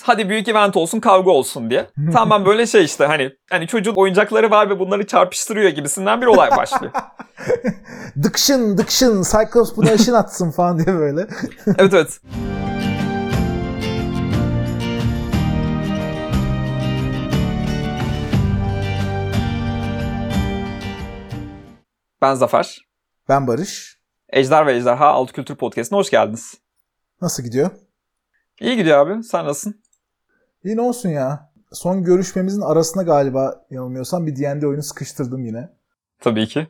Hadi büyük event olsun, kavga olsun diye. Tamam, böyle şey işte hani çocuğun oyuncakları var ve bunları çarpıştırıyor gibisinden bir olay başlıyor. Dıkşın, Cyclops buna ışın atsın falan diye böyle. Evet evet. Ben Zafer. Ben Barış. Ejder ve Ejderha Alt Kültür Podcast'ına hoş geldiniz. Nasıl gidiyor? İyi gidiyor abi. Sen nasılsın? İyi, ne olsun ya. Son görüşmemizin arasında galiba yanılmıyorsam bir D&D oyunu sıkıştırdım yine. Tabii ki.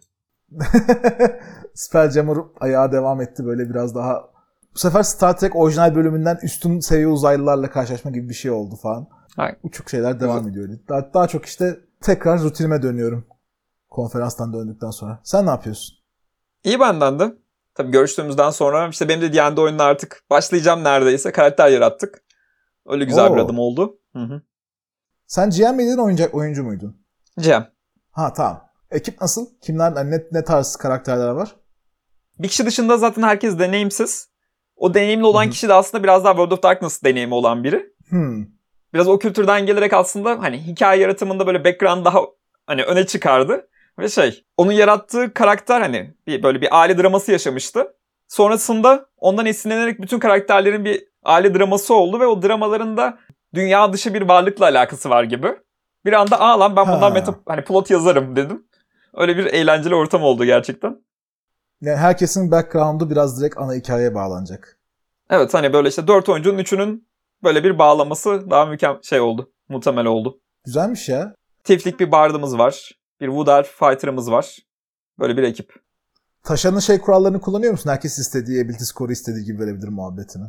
Spelljammer ayağa devam etti böyle biraz daha. Bu sefer Star Trek orijinal bölümünden üstün seviye uzaylılarla karşılaşma gibi bir şey oldu falan. Hayır. Uçuk şeyler devam ediyor. Daha çok işte tekrar rutinime dönüyorum. Konferanstan döndükten sonra. Sen ne yapıyorsun? İyi benden de. Tabii görüştüğümüzden sonra işte benim de D&D oyununa artık başlayacağım neredeyse. Karakter yarattık. Öyle güzel bir adım oldu. Hı. Sen GM miydin, oyuncu muydun? GM. Ha, tamam. Ekip nasıl? Kimler, ne tarz karakterler var? Bir kişi dışında zaten herkes deneyimsiz. O deneyimli olan kişi de aslında biraz daha World of Darkness deneyimi olan biri. Biraz o kültürden gelerek aslında hani hikaye yaratımında böyle background daha hani öne çıkardı. Ve onun yarattığı karakter hani böyle bir aile draması yaşamıştı. Sonrasında ondan esinlenerek bütün karakterlerin bir aile draması oldu ve o dramaların da dünya dışı bir varlıkla alakası var gibi. Bir anda lan ben bundan hani plot yazarım dedim. Öyle bir eğlenceli ortam oldu gerçekten. Yani herkesin background'u biraz direkt ana hikayeye bağlanacak. Evet, hani böyle işte 4 oyuncunun 3'ünün böyle bir bağlaması daha muhtemel oldu. Güzelmiş ya. Tiflik bir bardımız var. Bir Wood Elf Fighter'ımız var. Böyle bir ekip. Taşanın kurallarını kullanıyor musun? Herkes istediği, ability score'u istediği gibi verebilir muhabbetini.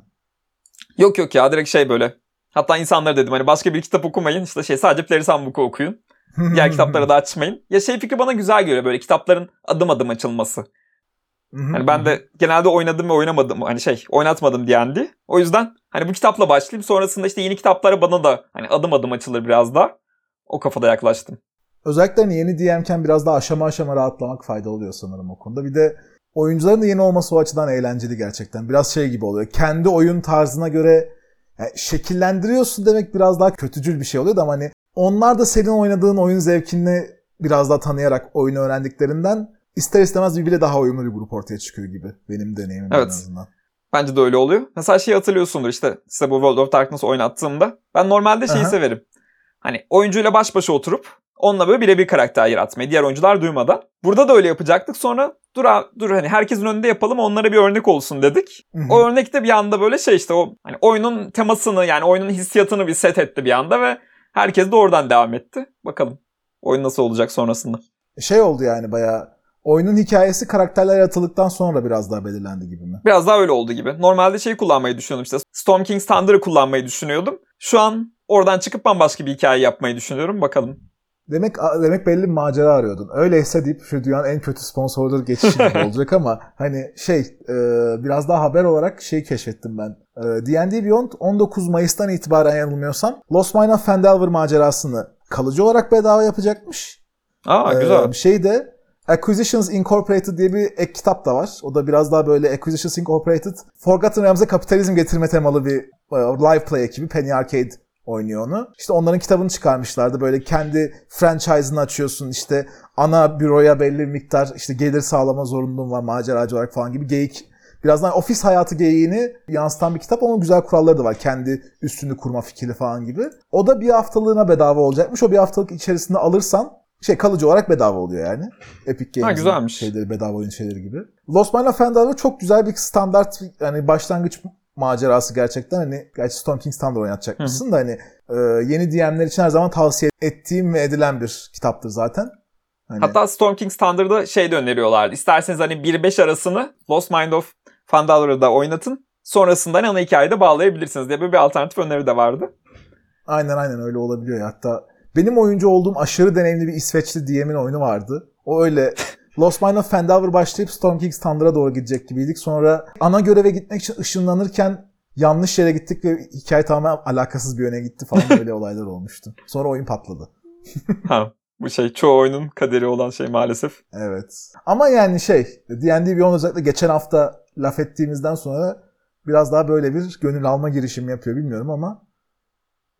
Yok ya, direkt böyle. Hatta insanlara dedim hani başka bir kitap okumayın. İşte sadece Player's Handbook'u okuyun. Diğer kitapları da açmayın. Ya fikri bana güzel geliyor, böyle kitapların adım adım açılması. Hani ben de genelde oynadım ve oynamadım. Hani oynatmadım D&D. O yüzden hani bu kitapla başlayayım. Sonrasında işte yeni kitaplara bana da hani adım adım açılır biraz daha. O kafada yaklaştım. Özellikle hani yeni DM'ken biraz daha aşama aşama rahatlamak faydalı oluyor sanırım o konuda. Bir de oyuncuların da yeni olması o açıdan eğlenceli gerçekten. Biraz gibi oluyor. Kendi oyun tarzına göre şekillendiriyorsun demek biraz daha kötücül bir şey oluyor da ama hani onlar da senin oynadığın oyun zevkini biraz daha tanıyarak oyunu öğrendiklerinden ister istemez birbiriyle daha uyumlu bir grup ortaya çıkıyor gibi. Benim deneyimim en azından. Bence de öyle oluyor. Mesela hatırlıyorsundur işte size bu World of Darkness oynattığımda. Ben normalde severim. Hani oyuncuyla baş başa oturup onunla böyle birebir karakter yaratmayı, diğer oyuncular duymadan. Burada da öyle yapacaktık. Sonra dur hani herkesin önünde yapalım, onlara bir örnek olsun dedik. O örnekte bir anda böyle o hani oyunun temasını, yani oyunun hissiyatını bir set etti bir anda ve herkes de oradan devam etti. Bakalım oyun nasıl olacak sonrasında. Oldu yani bayağı. Oyunun hikayesi karakterler yaratıldıktan sonra biraz daha belirlendi gibi mi? Biraz daha öyle oldu gibi. Normalde kullanmayı düşünüyordum işte. Storm King's Thunder'ı kullanmayı düşünüyordum. Şu an oradan çıkıp bambaşka bir hikaye yapmayı düşünüyorum. Bakalım. Demek belli bir macera arıyordun. Öyleyse deyip şu dünyanın en kötü sponsorları geçişi gibi olacak ama hani biraz daha haber olarak keşfettim ben. D&D Beyond 19 Mayıs'tan itibaren yanılmıyorsam Lost Mine of Phandelver macerasını kalıcı olarak bedava yapacakmış. Güzel. Acquisitions Incorporated diye bir ek kitap da var. O da biraz daha böyle Acquisitions Incorporated, Forgotten Realms'e kapitalizm getirme temalı bir live play ekibi. Penny Arcade oynuyor onu. İşte onların kitabını çıkarmışlardı. Böyle kendi franchise'ını açıyorsun. İşte ana büroya belli bir miktar gelir sağlama zorunluluğun var maceracı olarak falan gibi geyik. Biraz daha ofis hayatı geyiğini yansıtan bir kitap. Onun güzel kuralları da var. Kendi üstünü kurma fikri falan gibi. O da bir haftalığına bedava olacakmış. O bir haftalık içerisinde alırsan kalıcı olarak bedava oluyor yani. Epic Games'in bedava oyun şeyleri gibi. Lost Mine of Phandelver çok güzel bir standart yani başlangıç macerası gerçekten. Hani gerçi Storm King's Thunder oynatacakmışsın da hani yeni DM'ler için her zaman tavsiye ettiğim ve edilen bir kitaptır zaten. Hatta Storm King's Thunder'da de öneriyorlardı. İsterseniz hani 1-5 arasını Lost Mine of Phandelver'da oynatın. Sonrasında ana hikayede bağlayabilirsiniz diye bir alternatif öneri de vardı. Aynen öyle olabiliyor ya. Hatta benim oyuncu olduğum aşırı deneyimli bir İsveçli DM'in oyunu vardı. O öyle Lost Mine of Phandelver başlayıp Storm King's Thunder'a doğru gidecek gibiydik. Sonra ana göreve gitmek için ışınlanırken yanlış yere gittik ve hikaye tamamen alakasız bir yöne gitti falan, böyle olaylar olmuştu. Sonra oyun patladı. Bu çoğu oyunun kaderi olan maalesef. Evet. Ama yani D&D Beyond özellikle geçen hafta laf ettiğimizden sonra biraz daha böyle bir gönül alma girişimi yapıyor, bilmiyorum ama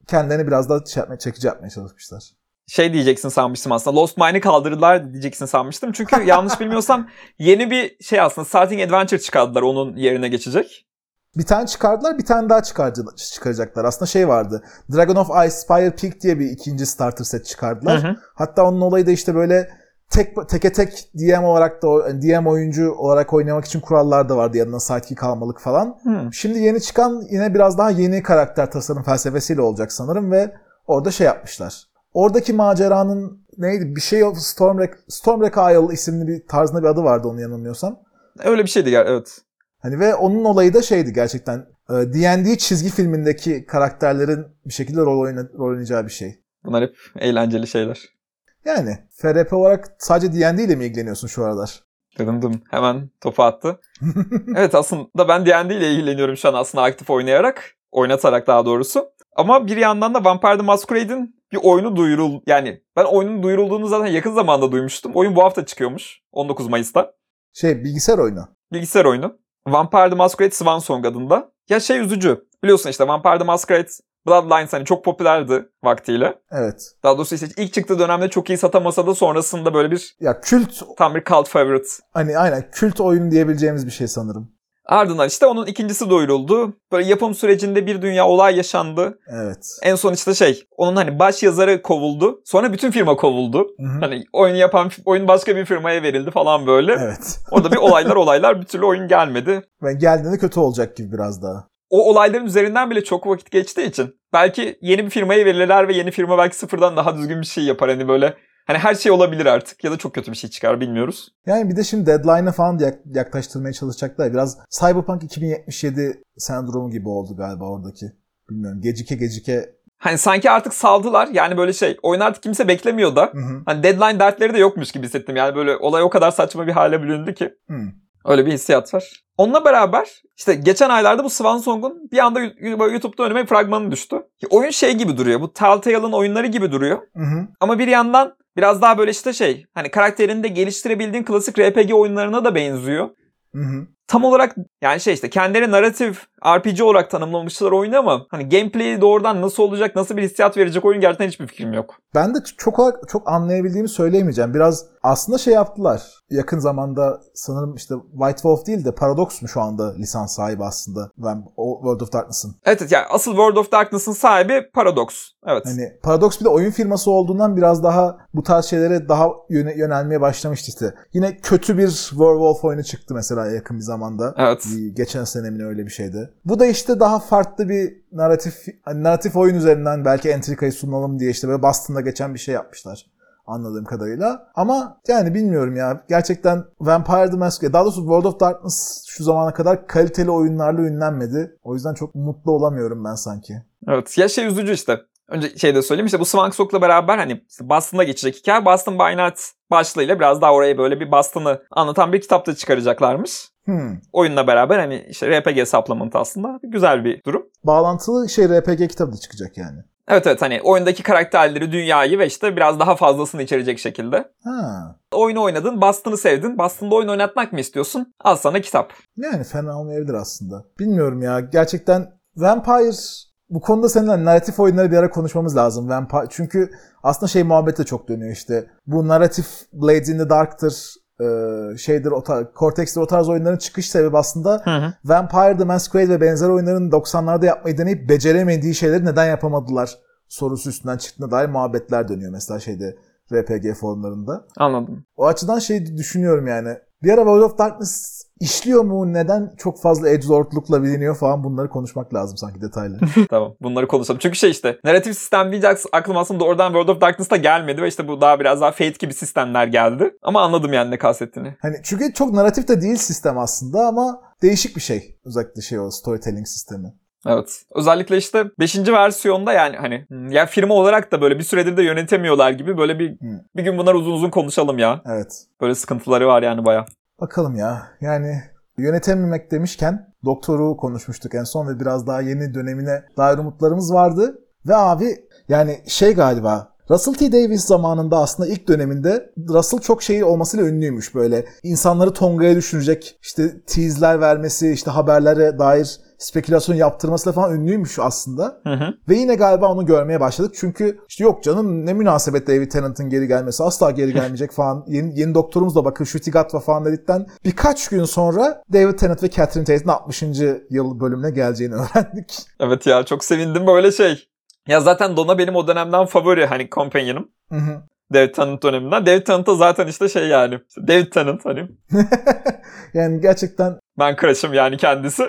kendilerini biraz daha çekici yapmaya çalışmışlar. Şey diyeceksin sanmıştım aslında. Lost Mine'ı kaldırdılar diyeceksin sanmıştım. Çünkü yanlış bilmiyorsam yeni bir şey aslında. Starting Adventure çıkardılar onun yerine geçecek. Bir tane çıkardılar, bir tane daha çıkaracaklar. Aslında şey vardı. Dragon of Icespire Peak diye bir ikinci starter set çıkardılar. Hı hı. Hatta onun olayı da işte böyle teke tek DM olarak da DM oyuncu olarak oynamak için kurallar da vardı. Yanına sidekick almalık falan. Şimdi yeni çıkan yine biraz daha yeni karakter tasarım felsefesiyle olacak sanırım ve orada şey yapmışlar. Oradaki maceranın neydi? Bir şey Stormwreck Isle isimli bir tarzında bir adı vardı onun yanılmıyorsam. Öyle bir şeydi ya, evet. Hani ve onun olayı da şeydi gerçekten. D&D çizgi filmindeki karakterlerin bir şekilde rol oynayacağı bir şey. Bunlar hep eğlenceli şeyler. Yani FRP olarak sadece D&D ile mi ilgileniyorsun şu aralar? Dım hemen topu attı. Evet, aslında ben D&D ile ilgileniyorum şu an aslında aktif oynatarak daha doğrusu. Ama bir yandan da Vampire the Masquerade'in bir oyunu yani ben oyunun duyurulduğunu zaten yakın zamanda duymuştum. Oyun bu hafta çıkıyormuş 19 Mayıs'ta. Bilgisayar oyunu. Bilgisayar oyunu. Vampire the Masquerade Swansong adında. Ya üzücü. Biliyorsun işte Vampire the Masquerade Bloodlines hani çok popülerdi vaktiyle. Evet. Daha doğrusu işte ilk çıktığı dönemde çok iyi satamasa da sonrasında böyle bir tam bir cult favorite. Hani aynen kült oyun diyebileceğimiz bir şey sanırım. Ardından işte onun ikincisi duyuruldu. Böyle yapım sürecinde bir dünya olay yaşandı. Evet. En son işte onun hani baş yazarı kovuldu. Sonra bütün firma kovuldu. Hı-hı. Hani oyun başka bir firmaya verildi falan böyle. Evet. Orada bir olaylar bir türlü oyun gelmedi. Ve geldiğinde kötü olacak gibi biraz daha. O olayların üzerinden bile çok vakit geçtiği için belki yeni bir firmaya verirler ve yeni firma belki sıfırdan daha düzgün bir şey yapar. Hani böyle her şey olabilir artık ya da çok kötü bir şey çıkar, bilmiyoruz. Yani bir de şimdi deadline'ı falan yaklaştırmaya çalışacaklar. Biraz Cyberpunk 2077 sendromu gibi oldu galiba oradaki. Bilmiyorum, gecike. Hani sanki artık saldılar. Yani böyle oyunu artık kimse beklemiyor da. Hı-hı. Hani deadline dertleri de yokmuş gibi hissettim. Yani böyle olay o kadar saçma bir hale büründü ki. Hı. Öyle bir hissiyat var. Onunla beraber işte geçen aylarda bu Swansong'un bir anda YouTube'da önüme fragmanı düştü. Oyun gibi duruyor. Bu Telltale'ın oyunları gibi duruyor. Hı-hı. Ama bir yandan biraz daha böyle işte hani karakterini de geliştirebildiğin klasik RPG oyunlarına da benziyor. Hı-hı. Tam olarak yani işte kendileri narratif RPG olarak tanımlamışlar oyunu ama hani gameplay'i doğrudan nasıl olacak, nasıl bir hissiyat verecek oyun gerçekten hiçbir fikrim yok. Ben de çok anlayabildiğimi söyleyemeyeceğim. Biraz aslında yaptılar. Yakın zamanda sanırım işte White Wolf değil de Paradox mu şu anda lisans sahibi aslında? World of Darkness'ın. Evet yani asıl World of Darkness'ın sahibi Paradox. Evet. Hani Paradox bir de oyun firması olduğundan biraz daha bu tarz şeylere daha yönelmeye başlamıştı işte. Yine kötü bir Werewolf oyunu çıktı mesela yakın bir zamanda. Evet. Geçen senemin öyle bir şeydi. Bu da işte daha farklı bir narratif oyun üzerinden belki entrikayı sunalım diye işte böyle Boston'da geçen bir şey yapmışlar. Anladığım kadarıyla. Ama yani bilmiyorum ya. Gerçekten Vampire the Masquerade, daha doğrusu World of Darkness şu zamana kadar kaliteli oyunlarla ünlenmedi. O yüzden çok mutlu olamıyorum ben sanki. Evet. Ya üzücü işte. Önce de söyleyeyim işte bu Swansong'la beraber hani işte Boston'da geçecek hikaye. Boston by Night başlığıyla biraz daha oraya böyle bir Boston'ı anlatan bir kitap da çıkaracaklarmış. Oyunla beraber hani işte RPG supplement aslında güzel bir durum. Bağlantılı RPG kitabı da çıkacak yani. Evet hani oyundaki karakterleri, dünyayı ve işte biraz daha fazlasını içerecek şekilde. Oyunu oynadın, Boston'ı sevdin. Boston'da oyun oynatmak mı istiyorsun? Al sana kitap. Yani fena olmayabilir aslında. Bilmiyorum ya. Gerçekten Vampire, bu konuda seninle narratif oyunları bir ara konuşmamız lazım. Vampire, çünkü aslında muhabbet de çok dönüyor işte. Bu narratif Blades in the Dark'tır, Cortex'tir, o tarz oyunların çıkış sebebi aslında Vampire the Masquerade ve benzer oyunların 90'larda yapmayı deneyip beceremediği şeyleri neden yapamadılar sorusu üstünden çıktığına dair muhabbetler dönüyor mesela RPG forumlarında. Anladım. O açıdan düşünüyorum yani. Bir ara World of Darkness işliyor mu? Neden çok fazla edgelordlukla biliniyor falan, bunları konuşmak lazım sanki detaylı. Tamam, bunları konuşalım. Çünkü işte narratif sistem deyince aklım aslında doğrudan World of Darkness'ta gelmedi ve işte bu daha biraz daha Fate gibi sistemler geldi. Ama anladım yani ne kastettiğini. Hani çünkü çok narratif de değil sistem aslında ama değişik bir şey. Özellikle o storytelling sistemi. Evet. Özellikle işte 5. versiyonda yani hani ya firma olarak da böyle bir süredir de yönetemiyorlar gibi böyle bir gün bunlar uzun konuşalım ya. Evet. Böyle sıkıntıları var yani bayağı. Bakalım ya. Yani yönetememek demişken Doktor'u konuşmuştuk en son ve biraz daha yeni dönemine dair umutlarımız vardı. Ve abi yani galiba Russell T. Davies zamanında aslında ilk döneminde Russell çok şey olmasıyla ünlüymüş böyle. İnsanları tongaya düşürecek işte tease'ler vermesi, işte haberlere dair spekülasyon yaptırmasıyla falan ünlüymüş aslında. Hı hı. Ve yine galiba onu görmeye başladık. Çünkü işte yok canım ne münasebet David Tennant'ın geri gelmesi, asla geri gelmeyecek falan. Yeni doktorumuz da bakın Şutigatva falan dedikten birkaç gün sonra David Tennant ve Catherine Tate'in 60. yıl bölümüne geleceğini öğrendik. Evet ya, çok sevindim böyle şey. Ya zaten Donna benim o dönemden favori hani companion'ım. Hı hı. David Tennant döneminden. David Tennant da zaten işte şey yani. David Tennant hani. Yani gerçekten Ben crush'ım yani kendisi.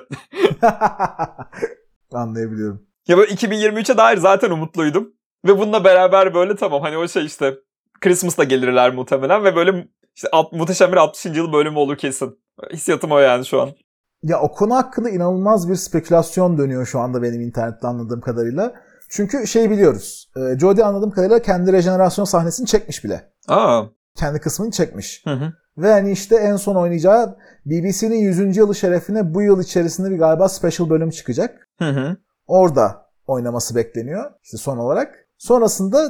anlayabiliyorum. Ya böyle 2023'e dair zaten umutluydum. Ve bununla beraber böyle tamam hani o şey işte Christmas'ta gelirler muhtemelen ve böyle işte muhteşem bir 60. yıl bölümü olur kesin. Hissiyatım o yani şu an. Ya o konu hakkında inanılmaz bir spekülasyon dönüyor şu anda benim internette anladığım kadarıyla. Çünkü şey biliyoruz. Jodie anladığım kadarıyla kendi rejenerasyon sahnesini çekmiş bile. Aa. Kendi kısmını çekmiş. Hı hı. Ve hani işte en son oynayacağı BBC'nin 100. yılı şerefine bu yıl içerisinde bir galiba special bölüm çıkacak. Hı hı. Orada oynaması bekleniyor işte son olarak. Sonrasında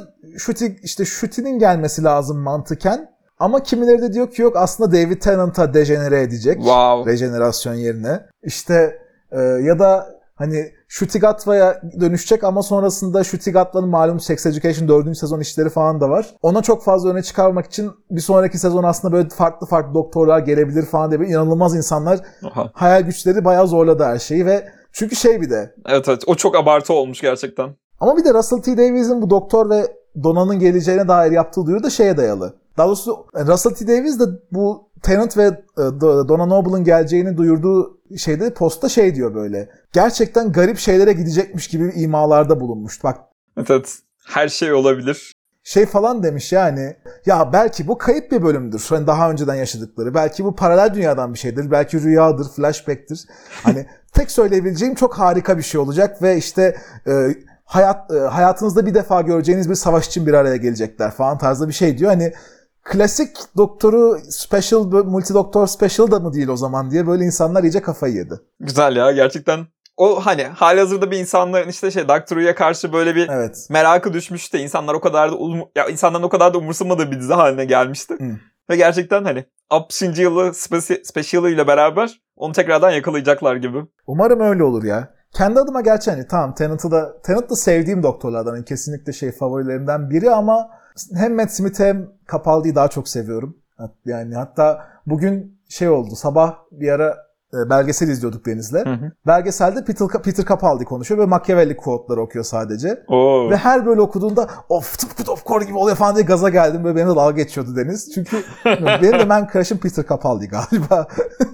Shuti'nin gelmesi lazım mantıken. Ama kimileri de diyor ki yok aslında David Tennant'a dejenere edecek. Wow. Rejenerasyon yerine. İşte ya da hani Shutigatva'ya dönüşecek ama sonrasında Shutigatva'nın malum Sex Education 4. sezon işleri falan da var. Ona çok fazla öne çıkarmak için bir sonraki sezon aslında böyle farklı doktorlar gelebilir falan diye inanılmaz insanlar hayal güçleri bayağı zorladı her şeyi ve çünkü şey bir de. Evet o çok abartı olmuş gerçekten. Ama bir de Russell T. Davies'in bu doktor ve Donna'nın geleceğine dair yaptığı duyuru da şeye dayalı. Daha doğrusu Russell T. Davies de bu Tennant ve Donna Noble'ın geleceğini duyurduğu postta şey diyor böyle. Gerçekten garip şeylere gidecekmiş gibi imalarda bulunmuş. Bak. Evet. Her şey olabilir. Şey falan demiş yani. Ya belki bu kayıp bir bölümdür. Hani daha önceden yaşadıkları. Belki bu paralel dünyadan bir şeydir. Belki rüyadır, flashback'tir. Hani tek söyleyebileceğim çok harika bir şey olacak ve işte hayatınızda bir defa göreceğiniz bir savaş için bir araya gelecekler falan tarzda bir şey diyor. Hani klasik doktoru special, multi doktor special da mı değil o zaman diye böyle insanlar iyice kafayı yedi. Güzel ya gerçekten. O hani halihazırda bir insanların işte Doctor Who'ya karşı böyle bir merakı düşmüştü. İnsanlar o kadar da insanların o kadar da umursamadığı bir dizi haline gelmişti. Ve gerçekten hani 60. yılı special'ıyla beraber onu tekrardan yakalayacaklar gibi. Umarım öyle olur ya. Kendi adıma gerçi hani tamam Tennant da sevdiğim doktorlardan yani kesinlikle favorilerimden biri ama hem Matt Smith'i hem Capaldi'yi daha çok seviyorum. Yani hatta bugün oldu sabah bir ara belgesel izliyorduk Deniz'le. Hı hı. Belgeselde Peter Capaldi konuşuyor ve Machiavelli quote'ları okuyor sadece. Oo. Ve her böyle okuduğunda tıpkı doktor gibi oluyor falan diye gaza geldim. Böyle benimle dalga geçiyordu Deniz. Çünkü benim de ben crush'ım Peter Capaldi galiba.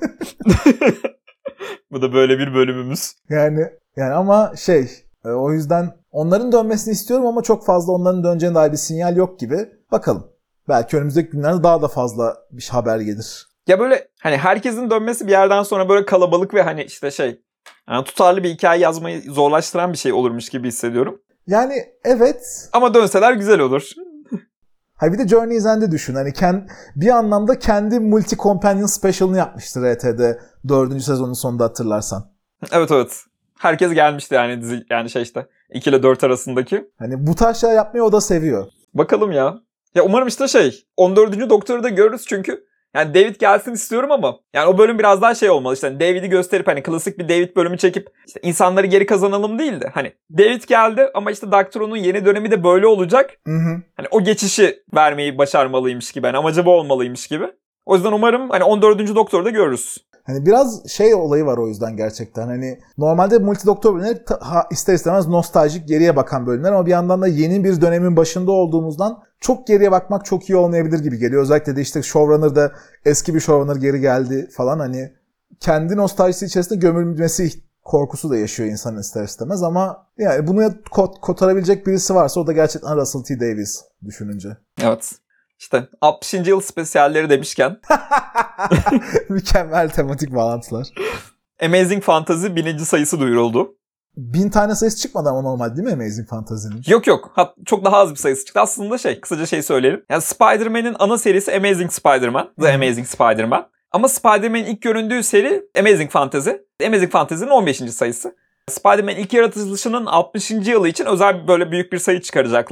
Bu da böyle bir bölümümüz. Yani ama o yüzden onların dönmesini istiyorum ama çok fazla onların döneceğine dair bir sinyal yok gibi. Bakalım. Belki önümüzdeki günlerde daha da fazla bir haber gelir. Ya böyle hani herkesin dönmesi bir yerden sonra böyle kalabalık ve hani yani tutarlı bir hikaye yazmayı zorlaştıran bir şey olurmuş gibi hissediyorum. Yani evet. Ama dönseler güzel olur. Bir de Journey's End'i düşün. Hani bir anlamda kendi multi companion special'ını yapmıştır RT'de 4. sezonun sonunda hatırlarsan. Evet. Herkes gelmişti yani dizi yani 2 ile 4 arasındaki. Hani bu tarz şeyler yapmayı o da seviyor. Bakalım ya. Ya umarım 14. Doktor'u da görürüz çünkü yani David gelsin istiyorum ama yani o bölüm biraz daha olmalı. David'i gösterip hani klasik bir David bölümü çekip insanları geri kazanalım değil de hani David geldi ama Doctor Who'nun yeni dönemi de böyle olacak. Hı. Hani o geçişi vermeyi başarmalıymış gibi. Hani amacı bu olmalıymış gibi. O yüzden umarım hani 14. Doktor'u da görürüz. Hani biraz olayı var o yüzden gerçekten. Hani normalde multi doktor bölümleri ister istemez nostaljik geriye bakan bölümler ama bir yandan da yeni bir dönemin başında olduğumuzdan çok geriye bakmak çok iyi olmayabilir gibi geliyor. Özellikle de showrunner'da eski bir showrunner geri geldi falan hani kendi nostaljisi içerisinde gömülmesi korkusu da yaşıyor insan ister istemez ama yani bunu kotarabilecek birisi varsa o da gerçekten Russell T. Davies düşününce. Evet. 60. yıl spesiyalleri demişken. Mükemmel tematik bağlantılar. Amazing Fantasy 1000. sayısı duyuruldu. 1000 tane sayısı çıkmadı ama normal değil mi Amazing Fantasy'nin? Yok. Çok daha az bir sayısı çıktı. Aslında kısaca söyleyelim. Yani Spider-Man'in ana serisi Amazing Spider-Man. The Amazing Spider-Man. Ama Spider-Man'in ilk göründüğü seri Amazing Fantasy. Amazing Fantasy'nin 15. sayısı. Spider-Man ilk yaratılışının 60. yılı için özel böyle büyük bir sayı çıkaracaklar.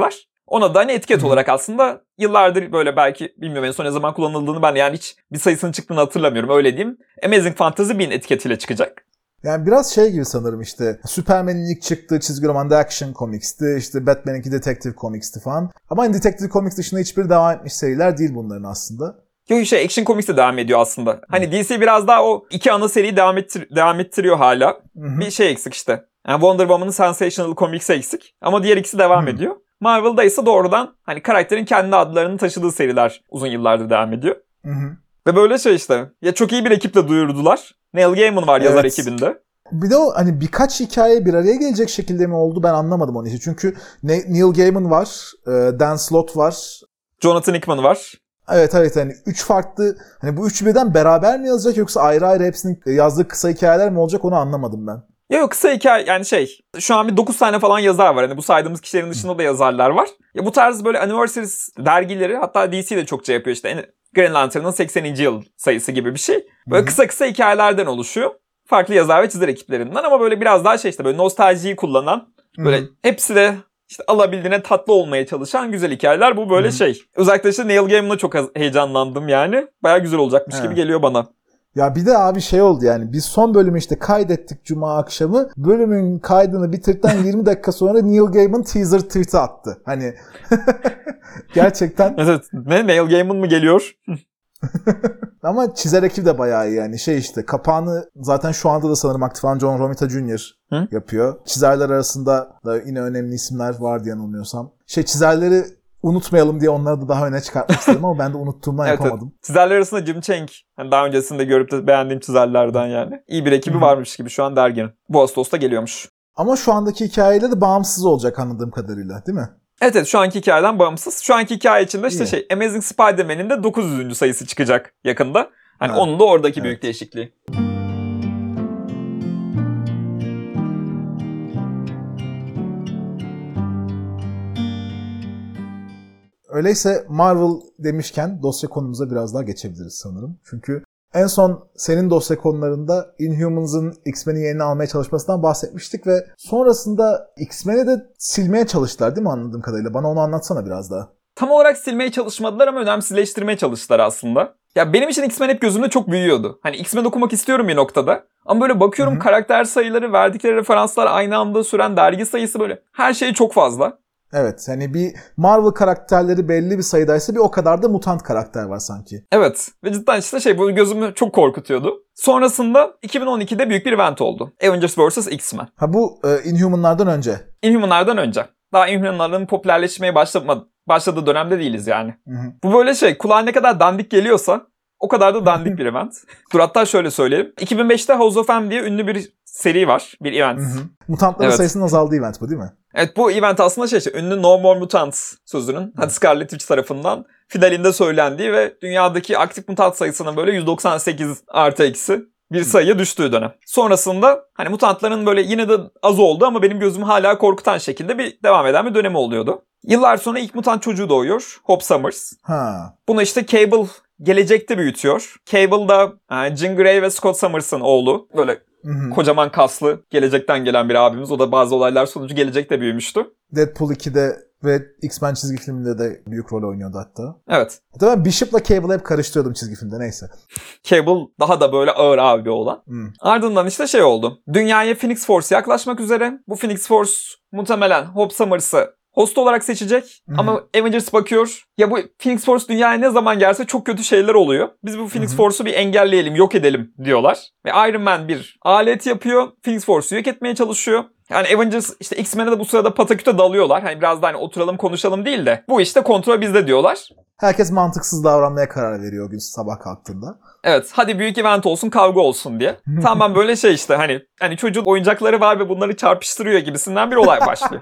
Ona da hani etiket olarak aslında yıllardır böyle belki bilmiyorum en son ne zaman kullanıldığını ben yani hiç bir sayısının çıktığını hatırlamıyorum öyle diyeyim. Amazing Fantasy 1000 etiketiyle çıkacak. Yani biraz şey gibi sanırım işte Superman'in ilk çıktığı çizgi romanda Action Comics'ti, işte Batman'inki Detective Comics'ti falan. Ama hani Detective Comics dışında hiçbir devam etmiş seriler değil bunların aslında. Yok Action Comics de devam ediyor aslında. Hani DC biraz daha o iki ana seriyi devam ettiriyor hala. Hı-hı. Bir şey eksik işte. Yani Wonder Woman'ın Sensational Comics eksik ama diğer ikisi devam ediyor. Marvel'da ise doğrudan hani karakterin kendi adlarını taşıdığı seriler uzun yıllardır devam ediyor. Hı-hı. Ve böyle şey işte. Ya çok iyi bir ekiple duyurdular. Neil Gaiman var yazar ekibinde. Bir de o hani birkaç hikaye bir araya gelecek şekilde mi oldu ben anlamadım onu işte. Çünkü Neil Gaiman var, Dan Slott var. Jonathan Hickman var. Evet hani 3 farklı hani bu üçü birden beraber mi yazacak yoksa ayrı ayrı hepsinin yazdığı kısa hikayeler mi olacak onu anlamadım ben. Yok kısa hikaye yani şu an bir 9 tane falan yazar var. Hani bu saydığımız kişilerin dışında da yazarlar var. Ya bu tarz böyle anniversaries dergileri hatta DC de çokça yapıyor işte. Green Lantern'ın 80. yıl sayısı gibi bir şey. Böyle kısa hikayelerden oluşuyor. Farklı yazar ve çizer ekiplerinden ama böyle biraz daha işte böyle nostaljiyi kullanan böyle hepsi de işte alabildiğine tatlı olmaya çalışan güzel hikayeler. Bu böyle Özellikle işte Neil Gaiman'la çok heyecanlandım yani. Bayağı güzel olacakmış gibi geliyor bana. Ya bir de abi şey oldu yani biz son bölümü işte kaydettik cuma akşamı. Bölümün kaydını bitirdikten 20 dakika sonra Neil Gaiman teaser tweet'i attı. Hani gerçekten. Evet. Ne? Neil Gaiman mı geliyor? Ama çizer ekibi de bayağı iyi yani işte kapağını zaten şu anda da sanırım aktif olan John Romita Jr. yapıyor. Çizerler arasında da yine önemli isimler var diye yanılmıyorsam. Çizerleri unutmayalım diye onları da daha öne çıkartmak istedim ama ben de unuttuğumdan yapamadım. Evet. Çizerler arasında Jim Chang. Hani daha öncesinde görüp de beğendiğim çizerlerden yani. İyi bir ekibi varmış gibi şu an derginin. Bu Ağustos'ta geliyormuş. Ama şu andaki hikayeyle de bağımsız olacak anladığım kadarıyla değil mi? Evet şu anki hikayeden bağımsız. Şu anki hikaye içinde işte Amazing Spider-Man'in de 900. sayısı çıkacak yakında. Hani onun da oradaki büyük değişikliği. Öyleyse Marvel demişken dosya konumuza biraz daha geçebiliriz sanırım. Çünkü en son senin dosya konularında Inhumans'ın X-Men'i yeni almaya çalışmasından bahsetmiştik ve sonrasında X-Men'i de silmeye çalıştılar değil mi anladığım kadarıyla? Bana onu anlatsana biraz daha. Tam olarak silmeye çalışmadılar ama önemsizleştirmeye çalıştılar aslında. Ya benim için X-Men hep gözümde çok büyüyordu. Hani X-Men okumak istiyorum bir noktada. Ama böyle bakıyorum karakter sayıları, verdikleri referanslar aynı anda süren dergi sayısı böyle. Her şey çok fazla. Evet hani bir Marvel karakterleri belli bir sayıdaysa bir o kadar da mutant karakter var sanki. Evet ve cidden işte bu gözümü çok korkutuyordu. Sonrasında 2012'de büyük bir event oldu. Avengers vs. X-Men. Ha bu Inhuman'lardan önce. Inhuman'lardan önce. Daha Inhuman'ların popülerleşmeye başladığı dönemde değiliz yani. Bu böyle kulağa ne kadar dandik geliyorsa o kadar da dandik bir event. Dur hatta şöyle söyleyelim. 2005'te House of M diye ünlü bir seri var. Bir event. Mutantların sayısının azaldığı event bu değil mi? Evet bu event aslında ünlü No More Mutants sözünün Scarlet Witch tarafından finalinde söylendiği ve dünyadaki aktif mutant sayısının böyle 198 artı eksi bir sayıya düştüğü dönem. Sonrasında hani mutantların böyle yine de az oldu ama benim gözümü hala korkutan şekilde bir devam eden bir dönemi oluyordu. Yıllar sonra ilk mutant çocuğu doğuyor. Hope Summers. Bunu işte Cable gelecekte büyütüyor. Cable da Jean Grey ve Scott Summers'ın oğlu. Böyle kocaman kaslı gelecekten gelen bir abimiz. O da bazı olaylar sonucu gelecekte büyümüştü. Deadpool 2'de ve X-Men çizgi filminde de büyük rol oynuyordu hatta. Evet. Hatta ben Bishop'la Cable'ı hep karıştırıyordum çizgi filmde neyse. Cable daha da böyle ağır abi olan. Ardından işte oldu. Dünyaya Phoenix Force yaklaşmak üzere. Bu Phoenix Force muhtemelen Hope Summers'ı host olarak seçecek. Ama Avengers bakıyor. Ya bu Phoenix Force dünyaya ne zaman gelse çok kötü şeyler oluyor. Biz bu Phoenix Force'u bir engelleyelim, yok edelim diyorlar. Ve Iron Man bir alet yapıyor. Phoenix Force'u yok etmeye çalışıyor. Yani Avengers işte X-Men'e de bu sırada pataküte dalıyorlar. Hani biraz da oturalım konuşalım değil de. Bu işte kontrol bizde diyorlar. Herkes mantıksız davranmaya karar veriyor o gün sabah kalktığında. Evet hadi büyük event olsun kavga olsun diye. Tamam böyle işte hani çocuğun oyuncakları var ve bunları çarpıştırıyor gibisinden bir olay başlıyor.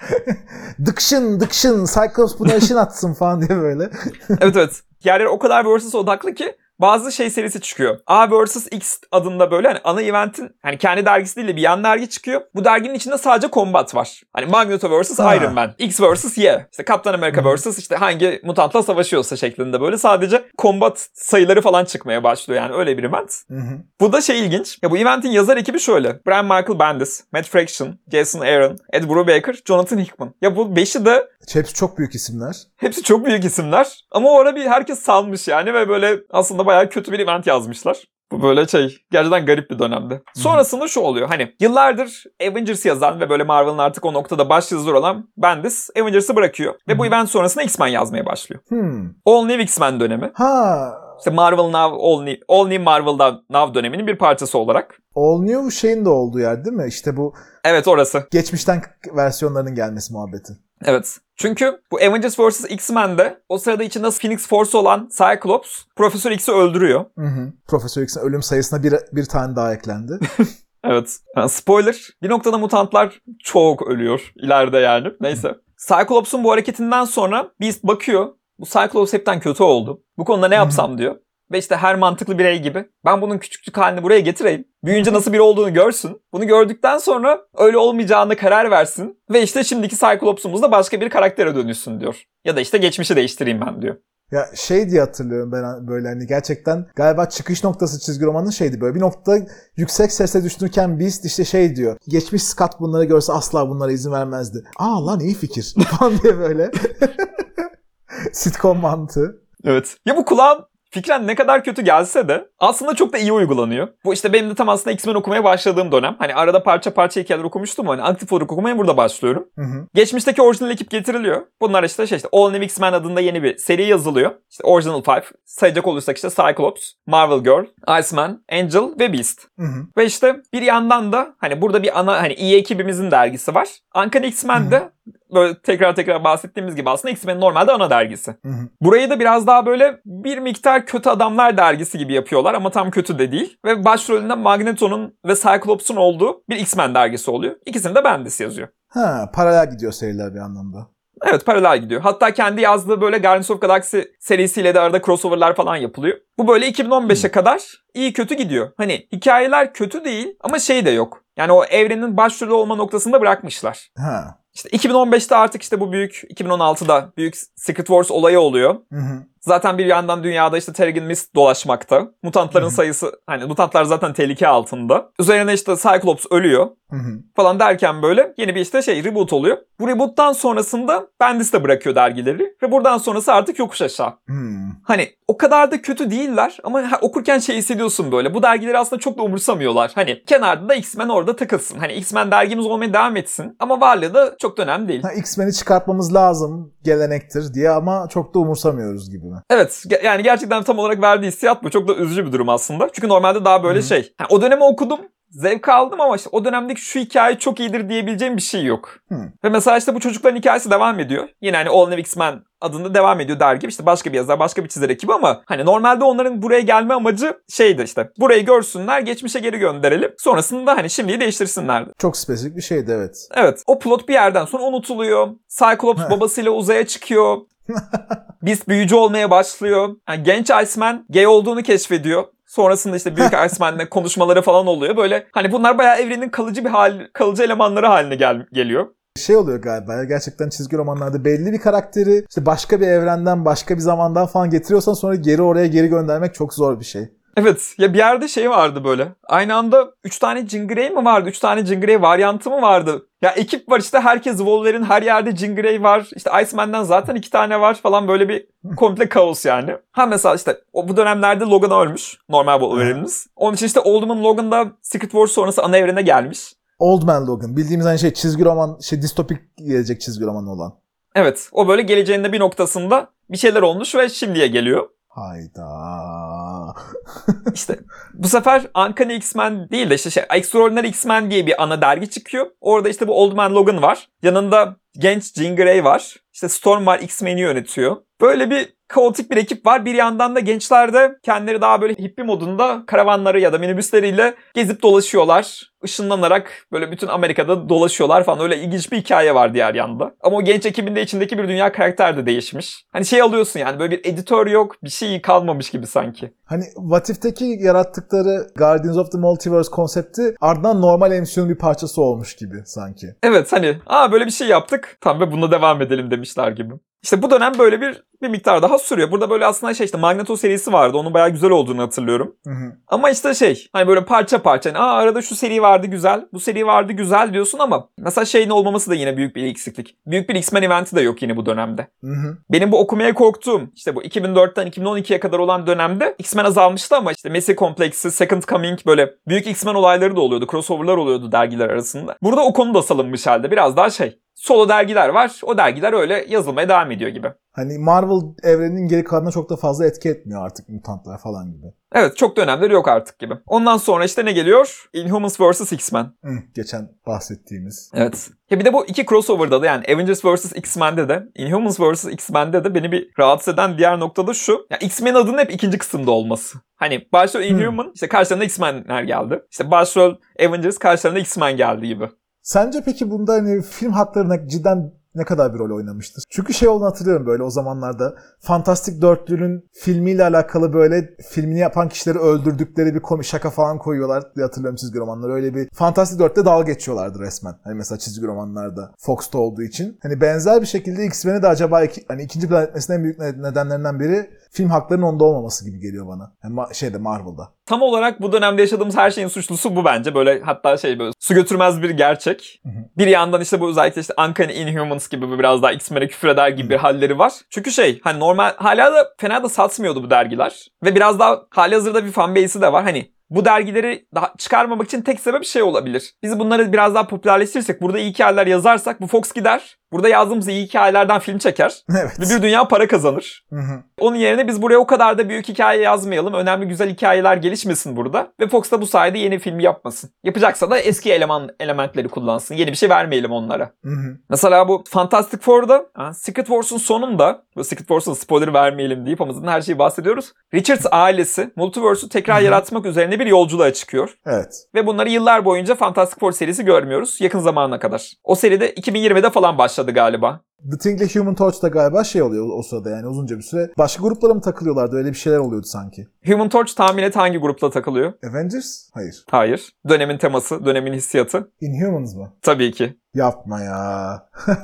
Dıkşın Cyclops buna ışın atsın falan diye böyle. Evet. Yerler o kadar versus odaklı ki bazı serisi çıkıyor. A vs. X adında böyle ana eventin kendi dergisi değil de bir yan dergi çıkıyor. Bu derginin içinde sadece combat var. Hani Magneto vs. Iron Man, X vs. Y. İşte Captain America vs. işte hangi mutantla savaşıyorsa şeklinde böyle sadece combat sayıları falan çıkmaya başlıyor yani öyle bir event. Bu da ilginç. Ya bu eventin yazar ekibi şöyle. Brian Michael Bendis, Matt Fraction, Jason Aaron, Ed Brubaker, Jonathan Hickman. Ya bu 5'i de Hepsi çok büyük isimler. Hepsi çok büyük isimler. Ama o ara bir herkes salmış yani ve böyle aslında bayağı kötü bir event yazmışlar. Bu böyle gerçekten garip bir dönemde. Sonrasında şu oluyor. Hani yıllardır Avengers yazan ve böyle Marvel'ın artık o noktada başyazarı olan Bendis Avengers'ı bırakıyor. Ve bu event sonrasında X-Men yazmaya başlıyor. All New X-Men dönemi. İşte Marvel Now, All New Marvel Now döneminin bir parçası olarak. All New şeyin de olduğu yer değil mi? İşte bu... Evet, orası. Geçmişten versiyonlarının gelmesi muhabbeti. Evet. Çünkü bu Avengers vs. X-Men'de o sırada içinde Phoenix Force olan Cyclops Profesör X'i öldürüyor. Profesör X'in ölüm sayısına bir tane daha eklendi. Evet. Yani spoiler. Bir noktada mutantlar çok ölüyor ileride yani. Neyse. Cyclops'un bu hareketinden sonra Beast bakıyor. Bu Cyclops hepten kötü oldu. Bu konuda ne yapsam diyor. Ve işte her mantıklı birey gibi ben bunun küçüklük halini buraya getireyim. Büyüyünce nasıl biri olduğunu görsün. Bunu gördükten sonra öyle olmayacağına karar versin. Ve işte şimdiki Cyclops'umuz da başka bir karaktere dönüşsün diyor. Ya da işte geçmişi değiştireyim ben diyor. Ya diye hatırlıyorum ben böyle hani gerçekten galiba çıkış noktası çizgi romanın şeydi böyle bir nokta yüksek sesle düşünürken Beast işte diyor. Geçmiş Scott bunları görse asla bunlara izin vermezdi. Lan iyi fikir falan diye böyle. Sitcom mantığı. Evet. Ya bu kulağım fikren ne kadar kötü gelse de aslında çok da iyi uygulanıyor. Bu işte benim de tam aslında X-Men okumaya başladığım dönem. Hani arada parça parça hikayeler okumuştum. Hani aktif olarak okumaya burada başlıyorum. Geçmişteki orijinal ekip getiriliyor. Bunlar işte All New X-Men adında yeni bir seri yazılıyor. İşte Original Five. Sayacak olursak işte Cyclops, Marvel Girl, Iceman, Angel ve Beast. Ve işte bir yandan da hani burada bir ana hani iyi ekibimizin dergisi var. Uncanny X-Men'de böyle tekrar bahsettiğimiz gibi aslında X-Men'in normalde ana dergisi. Burayı da biraz daha böyle bir miktar kötü adamlar dergisi gibi yapıyorlar ama tam kötü de değil. Ve başrolünde Magneto'nun ve Cyclops'un olduğu bir X-Men dergisi oluyor. İkisini de Bendis yazıyor. Paralel gidiyor seriler bir anlamda. Evet, paralel gidiyor. Hatta kendi yazdığı böyle Guardians of Galaxy serisiyle de arada crossover'lar falan yapılıyor. Bu böyle 2015'e kadar iyi kötü gidiyor. Hani hikayeler kötü değil ama de yok. Yani o evrenin başrolü olma noktasında bırakmışlar. İşte 2015'te artık işte bu büyük 2016'da büyük Secret Wars olayı oluyor. Zaten bir yandan dünyada işte Terrigen Mist dolaşmakta. Mutantların sayısı hani mutantlar zaten tehlike altında. Üzerine işte Cyclops ölüyor. Falan derken böyle yeni bir işte reboot oluyor. Bu reboot'tan sonrasında Bendis de bırakıyor dergileri ve buradan sonrası artık yokuş aşağı. Hani o kadar da kötü değiller ama okurken hissediyorsun böyle. Bu dergileri aslında çok da umursamıyorlar. Hani kenarda da X-Men orada takılsın. Hani X-Men dergimiz olmaya devam etsin ama varlığı da çok da önemli değil. X-Men'i çıkartmamız lazım, gelenektir diye ama çok da umursamıyoruz gibi mi? Evet, yani gerçekten tam olarak verdiği hissiyat bu. Çok da üzücü bir durum aslında. Çünkü normalde daha böyle o dönemi okudum. Zevk aldım ama işte o dönemdeki şu hikaye çok iyidir diyebileceğim bir şey yok. Ve mesela işte bu çocukların hikayesi devam ediyor. Yine hani All New X-Men adında devam ediyor dergi. İşte başka bir yazar, başka bir çizer ekibi ama hani normalde onların buraya gelme amacı işte burayı görsünler, geçmişe geri gönderelim. Sonrasında hani şimdiyi değiştirsinlerdi. Çok spesifik bir şeydi, evet. Evet, o plot bir yerden sonra unutuluyor. Cyclops babasıyla uzaya çıkıyor. Beast büyücü olmaya başlıyor. Yani genç Iceman gay olduğunu keşfediyor. Sonrasında işte büyük Iceman'le konuşmaları falan oluyor. Böyle hani bunlar bayağı evrenin kalıcı elemanları haline geliyor. Oluyor galiba. Gerçekten çizgi romanlarda belli bir karakteri işte başka bir evrenden, başka bir zamandan falan getiriyorsan sonra oraya geri göndermek çok zor bir şey. Evet. Ya bir yerde vardı böyle. Aynı anda 3 tane Jean Grey mi vardı? 3 tane Jean Grey varyantı mı vardı? Ya ekip var işte herkes Wolverine, her yerde Jean Grey var. İşte Iceman'den zaten 2 tane var falan, böyle bir komple kaos yani. Mesela işte bu dönemlerde Logan ölmüş. Normal Wolverine'imiz. Onun için işte Old Man Logan da Secret Wars sonrası ana evrene gelmiş. Old Man Logan. Bildiğimiz hani çizgi roman, distopik gelecek çizgi romanı olan. Evet. O böyle geleceğinde bir noktasında bir şeyler olmuş ve şimdiye geliyor. Hayda. İşte bu sefer Uncanny X-Men değil de Extraordinary X-Men diye bir ana dergi çıkıyor. Orada işte bu Old Man Logan var. Yanında genç Jean Grey var. İşte Storm var, X-Men'i yönetiyor. Böyle bir kaotik bir ekip var. Bir yandan da gençler de kendileri daha böyle hippie modunda karavanları ya da minibüsleriyle gezip dolaşıyorlar. Işınlanarak böyle bütün Amerika'da dolaşıyorlar falan. Öyle ilginç bir hikaye var diğer yanda. Ama o genç ekibin de içindeki bir dünya karakter de değişmiş. Hani alıyorsun yani, böyle bir editör yok, bir şey kalmamış gibi sanki. Hani What If'teki yarattıkları Guardians of the Multiverse konsepti ardından normal MCU'nun bir parçası olmuş gibi sanki. Evet, hani böyle bir şey yaptık. Tamam ve bununla devam edelim demişler gibi. İşte bu dönem böyle bir miktar daha sürüyor. Burada böyle aslında işte Magneto serisi vardı. Onun bayağı güzel olduğunu hatırlıyorum. Ama işte hani böyle parça parça. Hani, arada şu seri vardı güzel. Bu seri vardı güzel diyorsun ama mesela şeyin olmaması da yine büyük bir eksiklik. Büyük bir X-Men eventi de yok yine bu dönemde. Benim bu okumaya korktuğum işte bu 2004'ten 2012'ye kadar olan dönemde X-Men azalmıştı ama işte Messi kompleksi, Second Coming böyle büyük X-Men olayları da oluyordu. Crossover'lar oluyordu dergiler arasında. Burada o konu da salınmış halde. Biraz daha solo dergiler var. O dergiler öyle yazılmaya devam ediyor gibi. Hani Marvel evreninin geri kalanına çok da fazla etki etmiyor artık mutantlar falan gibi. Evet, çok da önemleri yok artık gibi. Ondan sonra işte ne geliyor? Inhumans vs. X-Men. Geçen bahsettiğimiz. Evet. Ya bir de bu iki crossover'da da yani Avengers vs. X-Men'de de Inhumans vs. X-Men'de de beni bir rahatsız eden diğer noktada şu. Ya X-Men adının hep ikinci kısımda olması. Hani başrol Inhuman, işte karşılarında X-Men'ler geldi. İşte başrol Avengers, karşılarında X-Men geldi gibi. Sence peki bunda hani film haklarına cidden ne kadar bir rol oynamıştır? Çünkü olduğunu hatırlıyorum böyle o zamanlarda. Fantastic Dörtlü'nün filmiyle alakalı böyle filmini yapan kişileri öldürdükleri bir şaka falan koyuyorlar diye hatırlıyorum çizgi romanları. Öyle bir Fantastic Dört'te dalga geçiyorlardı resmen. Hani mesela çizgi romanlarda Fox'ta olduğu için. Hani benzer bir şekilde X-Men'i de acaba hani ikinci plan etmesinin en büyük nedenlerinden biri film haklarının onda olmaması gibi geliyor bana. Yani Marvel'da. Tam olarak bu dönemde yaşadığımız her şeyin suçlusu bu bence. Böyle hatta böyle su götürmez bir gerçek. Bir yandan işte bu özellikle işte Uncanny Inhumans gibi biraz daha X-Men'e küfür eder gibi bir halleri var. Çünkü hani normal hala da fena da satmıyordu bu dergiler. Ve biraz daha halihazırda bir fanbase'i de var. Hani bu dergileri daha çıkarmamak için tek sebep olabilir. Biz bunları biraz daha popülerleştirirsek, burada iyi hikayeler yazarsak bu Fox gider. Burada yazdığımız iyi hikayelerden film çeker. Evet. Ve bir dünya para kazanır. Onun yerine biz buraya o kadar da büyük hikaye yazmayalım. Önemli güzel hikayeler gelişmesin burada. Ve Fox da bu sayede yeni film yapmasın. Yapacaksa da eski elementleri kullansın. Yeni bir şey vermeyelim onlara. Mesela bu Fantastic Four'da Secret Wars'un sonunda, bu Secret Wars'un spoiler vermeyelim deyip ama zaten her şeyi bahsediyoruz. Richards ailesi Multiverse'u tekrar yaratmak üzerine bir yolculuğa çıkıyor. Evet. Ve bunları yıllar boyunca Fantastic Four serisi görmüyoruz. Yakın zamana kadar. O seride 2020'de falan başladı galiba. The Thing'le Human Torch da galiba oluyor o sırada yani uzunca bir süre. Başka gruplara mı takılıyorlardı? Öyle bir şeyler oluyordu sanki. Human Torch tahmin et hangi grupla takılıyor? Avengers? Hayır. Hayır. Dönemin teması, dönemin hissiyatı. Inhumans mı? Tabii ki. Yapma ya.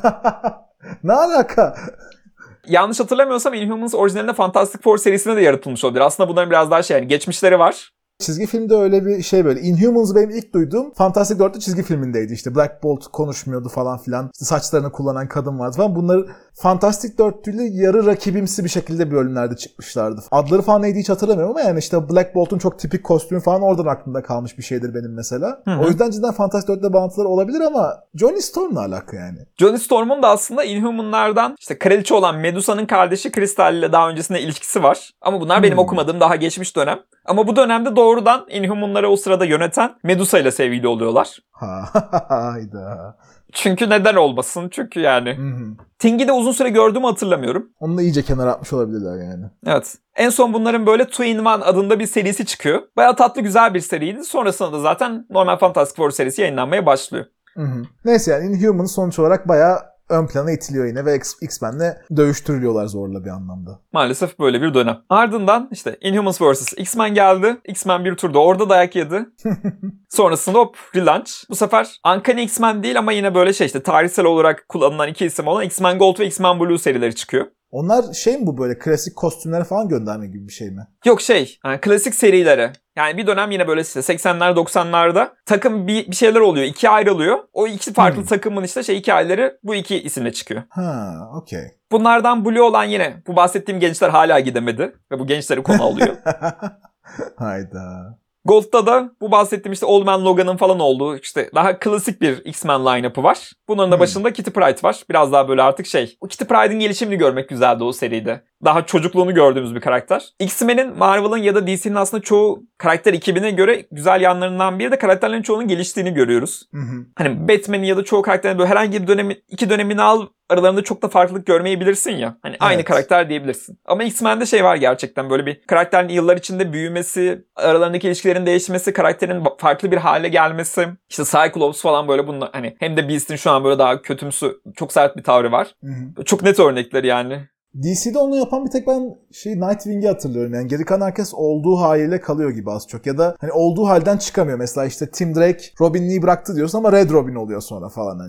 Ne alaka? Yanlış hatırlamıyorsam Inhumans orijinalinde Fantastic Four serisinde de yaratılmış olabilir. Aslında bunların biraz daha yani geçmişleri var. Çizgi filmde öyle bir böyle. Inhumans benim ilk duyduğum Fantastic 4'te çizgi filmindeydi. İşte Black Bolt konuşmuyordu falan filan. İşte saçlarını kullanan kadın vardı falan. Bunları Fantastic 4'lü yarı rakibimsi bir şekilde bölümlerde çıkmışlardı. Adları falan neydi hiç hatırlamıyorum ama yani işte Black Bolt'un çok tipik kostümü falan oradan aklımda kalmış bir şeydir benim mesela. Hı-hı. O yüzden cidden Fantastic 4'le bağlantıları olabilir ama Johnny Storm'la alaka yani. Johnny Storm'un da aslında Inhuman'lardan işte kraliçe olan Medusa'nın kardeşi Crystal ile daha öncesinde ilişkisi var. Ama bunlar benim okumadığım daha geçmiş dönem. Ama bu dönemde doğrudan Inhuman'ları o sırada yöneten Medusa ile sevgili oluyorlar. Hayda. Çünkü neden olmasın? Çünkü yani. Thing'i de uzun süre gördüğümü hatırlamıyorum. Onu da iyice kenara atmış olabilirler yani. Evet. En son bunların böyle Two in One adında bir serisi çıkıyor. Bayağı tatlı güzel bir seriydi. Sonrasında da zaten normal Fantastic Four serisi yayınlanmaya başlıyor. Neyse yani Inhumans sonuç olarak bayağı ön plana itiliyor yine ve X-Men'le dövüştürülüyorlar zorla bir anlamda. Maalesef böyle bir dönem. Ardından işte Inhumans vs. X-Men geldi. X-Men bir turda orada dayak yedi. Sonrasında hop relaunch. Bu sefer Uncanny X-Men değil ama yine böyle işte tarihsel olarak kullanılan iki isim olan X-Men Gold ve X-Men Blue serileri çıkıyor. Onlar mi bu böyle klasik kostümlere falan gönderme gibi bir şey mi? Yok yani klasik serilere. Yani bir dönem yine böyle işte 80'ler 90'larda takım bir şeyler oluyor. İkiye ayrılıyor. O iki farklı takımın işte hikayeleri bu iki isimle çıkıyor. Okey. Bunlardan Blue olan yine bu bahsettiğim gençler hala gidemedi. Ve bu gençleri konu alıyor. Hayda. Gold'da da bu bahsettiğim işte Old Man Logan'ın falan olduğu işte daha klasik bir X-Men line-up'ı var. Bunların da başında Kitty Pryde var. Biraz daha böyle artık o Kitty Pryde'in gelişimini görmek güzeldi o seride. Daha çocukluğunu gördüğümüz bir karakter. X-Men'in, Marvel'ın ya da DC'nin aslında çoğu karakter ekibine göre güzel yanlarından biri de karakterlerin çoğunun geliştiğini görüyoruz. Hani Batman'in ya da çoğu karakterin böyle herhangi bir iki dönemini al, aralarında çok da farklılık görmeyebilirsin ya. Hani aynı karakter diyebilirsin. Ama X-Men'de var gerçekten böyle bir karakterin yıllar içinde büyümesi, aralarındaki ilişkilerin değişmesi, karakterin farklı bir hale gelmesi. İşte Cyclops falan böyle bunlar hani hem de Beast'in şu an böyle daha kötümsü, çok sert bir tavrı var. Çok net örnekler yani. DC'de onu yapan bir tek ben Nightwing'i hatırlıyorum. Yani geri kalan herkes olduğu haliyle kalıyor gibi az çok. Ya da hani olduğu halden çıkamıyor. Mesela işte Tim Drake Robin Lee'yi bıraktı diyorsun ama Red Robin oluyor sonra falan hani.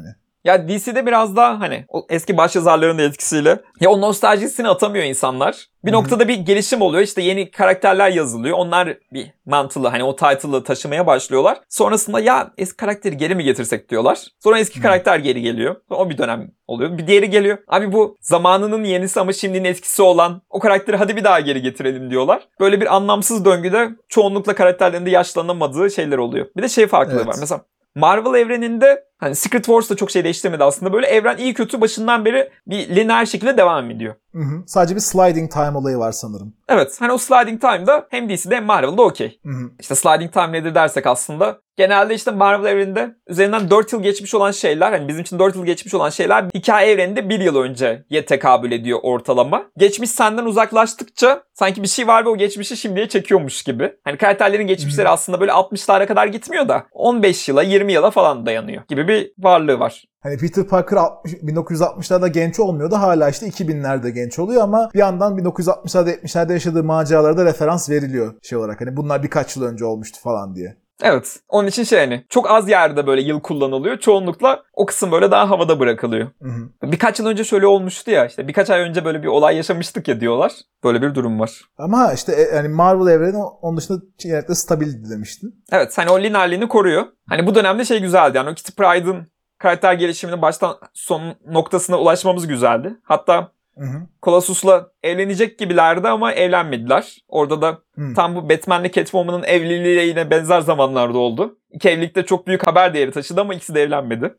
Ya DC'de biraz daha hani o eski başyazarların da etkisiyle ya o nostaljisini atamıyor insanlar. Bir noktada bir gelişim oluyor. İşte yeni karakterler yazılıyor. Onlar bir mantılı hani o title'ı taşımaya başlıyorlar. Sonrasında ya eski karakteri geri mi getirsek diyorlar. Sonra eski karakter geri geliyor. O bir dönem oluyor. Bir diğeri geliyor. Abi bu zamanının yenisi ama şimdinin etkisi olan o karakteri hadi bir daha geri getirelim diyorlar. Böyle bir anlamsız döngüde çoğunlukla karakterlerin de yaşlanamadığı şeyler oluyor. Bir de farklılığı var. Mesela Marvel evreninde hani Secret Wars da çok şey değiştirmedi aslında. Böyle evren iyi kötü başından beri bir lineer şekilde devam ediyor. Sadece bir sliding time olayı var sanırım. Evet. Hani o sliding time'da hem DC'de hem Marvel'da okey. İşte sliding time nedir dersek aslında genelde işte Marvel evreninde üzerinden 4 yıl geçmiş olan şeyler, hani bizim için 4 yıl geçmiş olan şeyler hikaye evreninde 1 yıl önceye tekabül ediyor ortalama. Geçmiş senden uzaklaştıkça sanki bir şey var ve o geçmişi şimdiye çekiyormuş gibi. Hani karakterlerin geçmişleri aslında böyle 60'lara kadar gitmiyor da 15 yıla 20 yıla falan dayanıyor gibi bir varlığı var. Hani Peter Parker 1960'larda genç olmuyordu. Hala işte 2000'lerde genç oluyor ama bir yandan 1960'larda 70'lerde yaşadığı maceralarda referans veriliyor şey olarak. Hani bunlar birkaç yıl önce olmuştu falan diye. Evet. Onun için hani çok az yerde böyle yıl kullanılıyor. Çoğunlukla o kısım böyle daha havada bırakılıyor. Birkaç yıl önce şöyle olmuştu ya, işte birkaç ay önce böyle bir olay yaşamıştık ya diyorlar. Böyle bir durum var. Ama işte yani Marvel evreni onun dışında genellikle stabildi demiştin. Evet. Hani o lineerliğini koruyor. Hani bu dönemde güzeldi. Yani o Kitty Pryde'ın karakter gelişiminin baştan son noktasına ulaşmamız güzeldi. Hatta Colossus'la evlenecek gibilerdi ama evlenmediler. Orada da tam bu Batman'le Catwoman'ın evliliğiyle yine benzer zamanlarda oldu. İki evlilikte çok büyük haber değeri taşıdı ama ikisi de evlenmedi.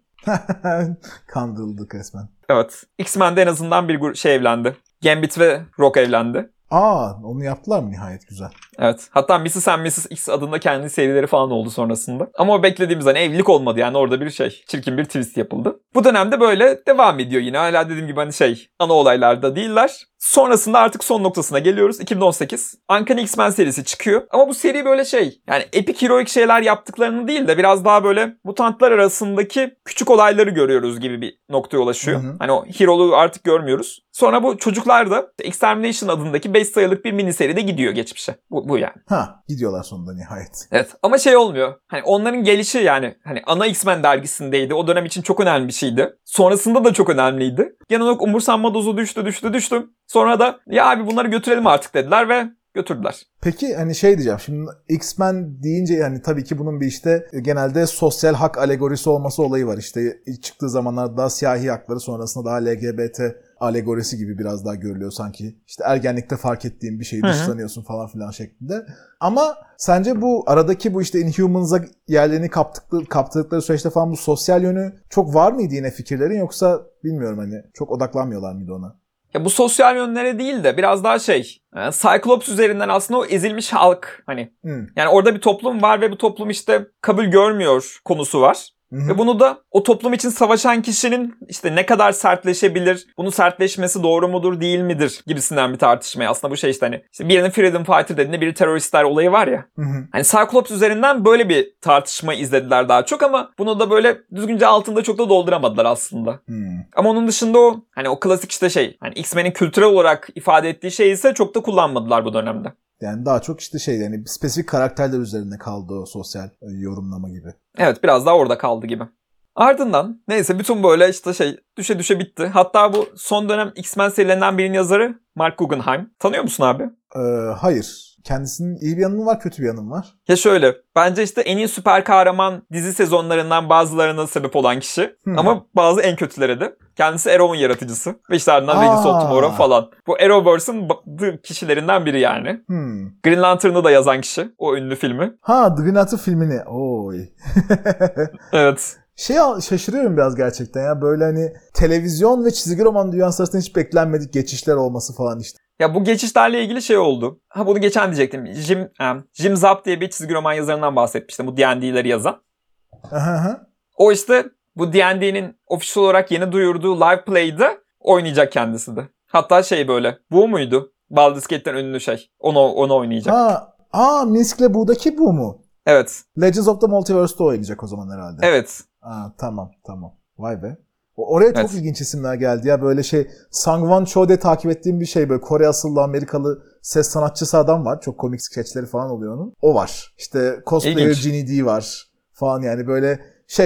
Kandırıldık resmen. Evet. X-Men'de en azından bir evlendi. Gambit ve Rock evlendi. Onu yaptılar mı nihayet, güzel. Evet. Hatta Mrs. and Mrs. X adında kendi serileri falan oldu sonrasında. Ama o beklediğimiz hani evlilik olmadı yani, orada bir çirkin bir twist yapıldı. Bu dönemde böyle devam ediyor yine. Hala dediğim gibi hani ana olaylarda değiller. Sonrasında artık son noktasına geliyoruz. 2018. Uncanny X-Men serisi çıkıyor. Ama bu seri böyle yani epik heroik şeyler yaptıklarını değil de biraz daha böyle mutantlar arasındaki küçük olayları görüyoruz gibi bir noktaya ulaşıyor. Hani o hero'luğu artık görmüyoruz. Sonra bu çocuklar da Extermination adındaki 5 sayılık bir mini seride gidiyor geçmişe. Bu yani. Gidiyorlar sonunda nihayet. Evet ama olmuyor. Hani onların gelişi yani hani ana X-Men dergisindeydi. O dönem için çok önemli bir şeydi. Sonrasında da çok önemliydi. Genel olarak umursanma dozu düştü. Sonra da ya abi bunları götürelim artık dediler ve götürdüler. Peki hani diyeceğim şimdi, X-Men deyince yani tabii ki bunun bir genelde sosyal hak alegorisi olması olayı var. İşte ilk çıktığı zamanlarda daha siyahi hakları, sonrasında daha LGBT alegorisi gibi biraz daha görülüyor sanki. İşte ergenlikte fark ettiğin bir şeyi dışlanıyorsun falan filan şeklinde. Ama sence bu aradaki bu Inhumans'a yerlerini kaptırdıkları süreçte falan bu sosyal yönü çok var mıydı yine fikirlerin, yoksa bilmiyorum hani çok odaklanmıyorlar mıydı ona? Ya bu sosyal yönlere değil de biraz daha Cyclops üzerinden aslında o ezilmiş halk yani orada bir toplum var ve bu toplum kabul görmüyor konusu var. Ve bunu da o toplum için savaşan kişinin ne kadar sertleşebilir, bunun sertleşmesi doğru mudur değil midir gibisinden bir tartışmaya. Aslında bu hani birinin freedom fighter dediğinde biri teröristler olayı var ya. Hani Cyclops üzerinden böyle bir tartışma izlediler daha çok ama bunu da böyle düzgünce altında çok da dolduramadılar aslında. Ama onun dışında o o klasik hani X-Men'in kültürel olarak ifade ettiği şeyi ise çok da kullanmadılar bu dönemde. Yani daha çok yani spesifik karakterler üzerinde kaldı o sosyal yorumlama gibi. Evet, biraz daha orada kaldı gibi. Ardından neyse bütün böyle düşe bitti. Hatta bu son dönem X-Men serilerinden birinin yazarı Mark Guggenheim. Tanıyor musun abi? Hayır. Kendisinin iyi bir yanı mı var, kötü bir yanı mı var? Ya bence en iyi süper kahraman dizi sezonlarından bazılarına sebep olan kişi. Ama bazı en kötüleri de. Kendisi Arrow'un yaratıcısı. Ve ardından Legends of Tomorrow falan. Bu Arrowverse'ın kişilerinden biri yani. Green Lantern'ı da yazan kişi. O ünlü filmi. The Green Lantern filmini. Oy. Evet. Şaşırıyorum biraz gerçekten ya. Böyle hani televizyon ve çizgi roman dünyası arasında hiç beklenmedik geçişler olması falan işte. Ya bu geçişlerle ilgili oldu. Bunu geçen diyecektim. Jim Zap diye bir çizgi roman yazarından bahsetmiştim. Bu D&D'leri yazan. O bu D&D'nin official olarak yeni duyurduğu live play'de oynayacak kendisi de. Hatta böyle. Bu muydu? Baldur's Gate'den ünlü Onu oynayacak. Minsk'le buradaki bu mu? Evet. Legends of the Multiverse'da oynayacak o zaman herhalde. Evet. Tamam. Vay be. Oraya çok ilginç isimler geldi ya. Böyle Sangwon Cho diye takip ettiğim bir böyle Kore asıllı Amerikalı ses sanatçısı adam var. Çok komik skeçleri falan oluyor onun. O var. Cosplayer Ginny D var falan, yani böyle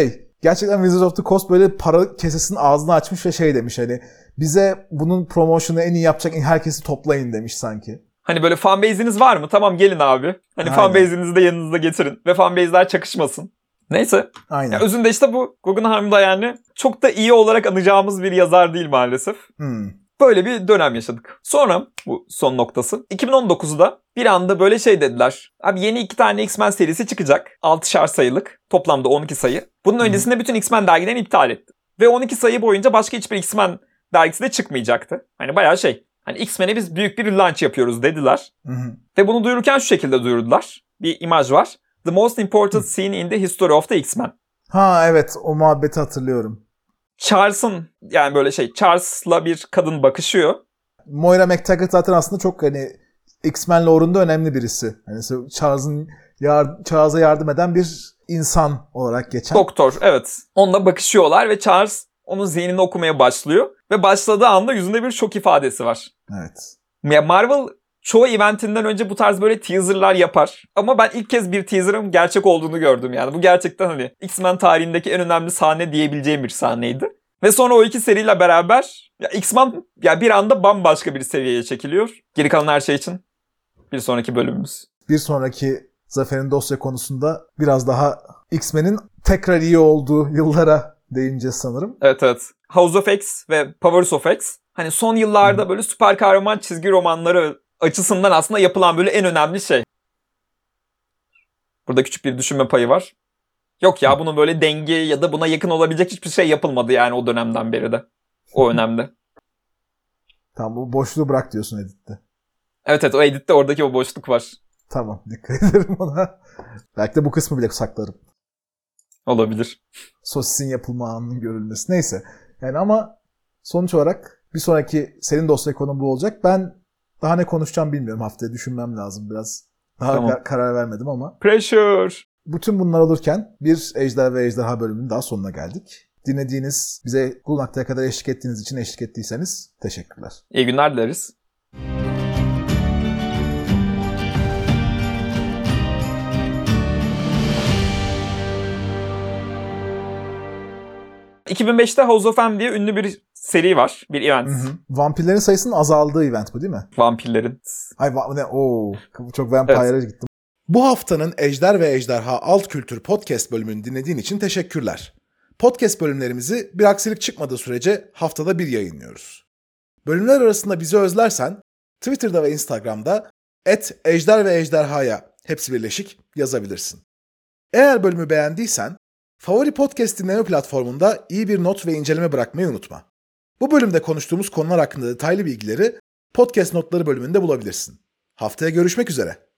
Gerçekten Wizards of the Coast böyle para kesesinin ağzını açmış ve şey demiş hani bize bunun promotion'u en iyi yapacak herkesi toplayın demiş sanki. Hani böyle fanbase'iniz var mı? Tamam gelin abi. Hani fanbase'inizi de yanınızda getirin. Ve fanbase'ler çakışmasın. Neyse. Aynen. Ya özünde işte bu Guggenheim'da yani çok da iyi olarak anacağımız bir yazar değil maalesef. Böyle bir dönem yaşadık. Sonra bu son noktası. 2019'da bir anda böyle şey dediler. Abi yeni 2 tane X-Men serisi çıkacak. 6'şar sayılık. Toplamda 12 sayı. Bunun öncesinde bütün X-Men dergilerini iptal etti. Ve 12 sayı boyunca başka hiçbir X-Men dergisi de çıkmayacaktı. Hani bayağı şey. Hani X-Men'e biz büyük bir launch yapıyoruz dediler. Ve bunu duyururken şu şekilde duyurdular. Bir imaj var. The most important scene in the history of the X-Men. Ha evet, o muhabbeti hatırlıyorum. Charles'ın yani böyle şey Charles'la bir kadın bakışıyor. Moira McTaggart zaten aslında çok hani X-Men lore'unda önemli birisi. Hani Charles'a yardım eden bir insan olarak geçen. Doktor, evet. Onunla bakışıyorlar ve Charles onun zihnini okumaya başlıyor. Ve başladığı anda yüzünde bir şok ifadesi var. Evet. Marvel çoğu eventinden önce bu tarz böyle teaserlar yapar. Ama ben ilk kez bir teaser'ın gerçek olduğunu gördüm yani. Bu gerçekten hani X-Men tarihindeki en önemli sahne diyebileceğim bir sahneydi. Ve sonra o iki seriyle beraber ya X-Men ya bir anda bambaşka bir seviyeye çekiliyor. Geri kalan her şey için bir sonraki bölümümüz. Bir sonraki Zafer'in dosya konusunda biraz daha X-Men'in tekrar iyi olduğu yıllara değineceğiz sanırım. Evet. House of X ve Powers of X hani son yıllarda böyle süper kahraman çizgi romanları açısından aslında yapılan böyle en önemli şey. Burada küçük bir düşünme payı var. Yok ya bunun böyle dengi ya da buna yakın olabilecek hiçbir şey yapılmadı yani o dönemden beri de. O önemli. Tamam, bu boşluğu bırak diyorsun editte. Evet o editte oradaki o boşluk var. Tamam, dikkat ederim ona. Belki de bu kısmı bile saklarım. Olabilir. Sosisin yapılma anının görülmesi. Neyse. Yani ama sonuç olarak bir sonraki senin dosya konun bu olacak. Ben daha ne konuşacağım bilmiyorum. Haftaya düşünmem lazım biraz. Daha tamam. Karar vermedim ama. Pressure. Bütün bunlar olurken bir Ejder ve Ejderha bölümünün daha sonuna geldik. Dinlediğiniz, bize bu noktaya kadar eşlik ettiğiniz için eşlik ettiyseniz teşekkürler. İyi günler dileriz. ...2005'te House of M diye ünlü bir seri var. Bir event. Vampirlerin sayısının azaldığı event bu değil mi? Vampirlerin. Ay çok vampire'a gittim. Bu haftanın Ejder ve Ejderha Alt Kültür Podcast bölümünü dinlediğin için teşekkürler. Podcast bölümlerimizi bir aksilik çıkmadığı sürece haftada bir yayınlıyoruz. Bölümler arasında bizi özlersen Twitter'da ve Instagram'da @ejder ve ejderhaya hepsi birleşik yazabilirsin. Eğer bölümü beğendiysen favori podcast dinleme platformunda iyi bir not ve inceleme bırakmayı unutma. Bu bölümde konuştuğumuz konular hakkında detaylı bilgileri podcast notları bölümünde bulabilirsin. Haftaya görüşmek üzere.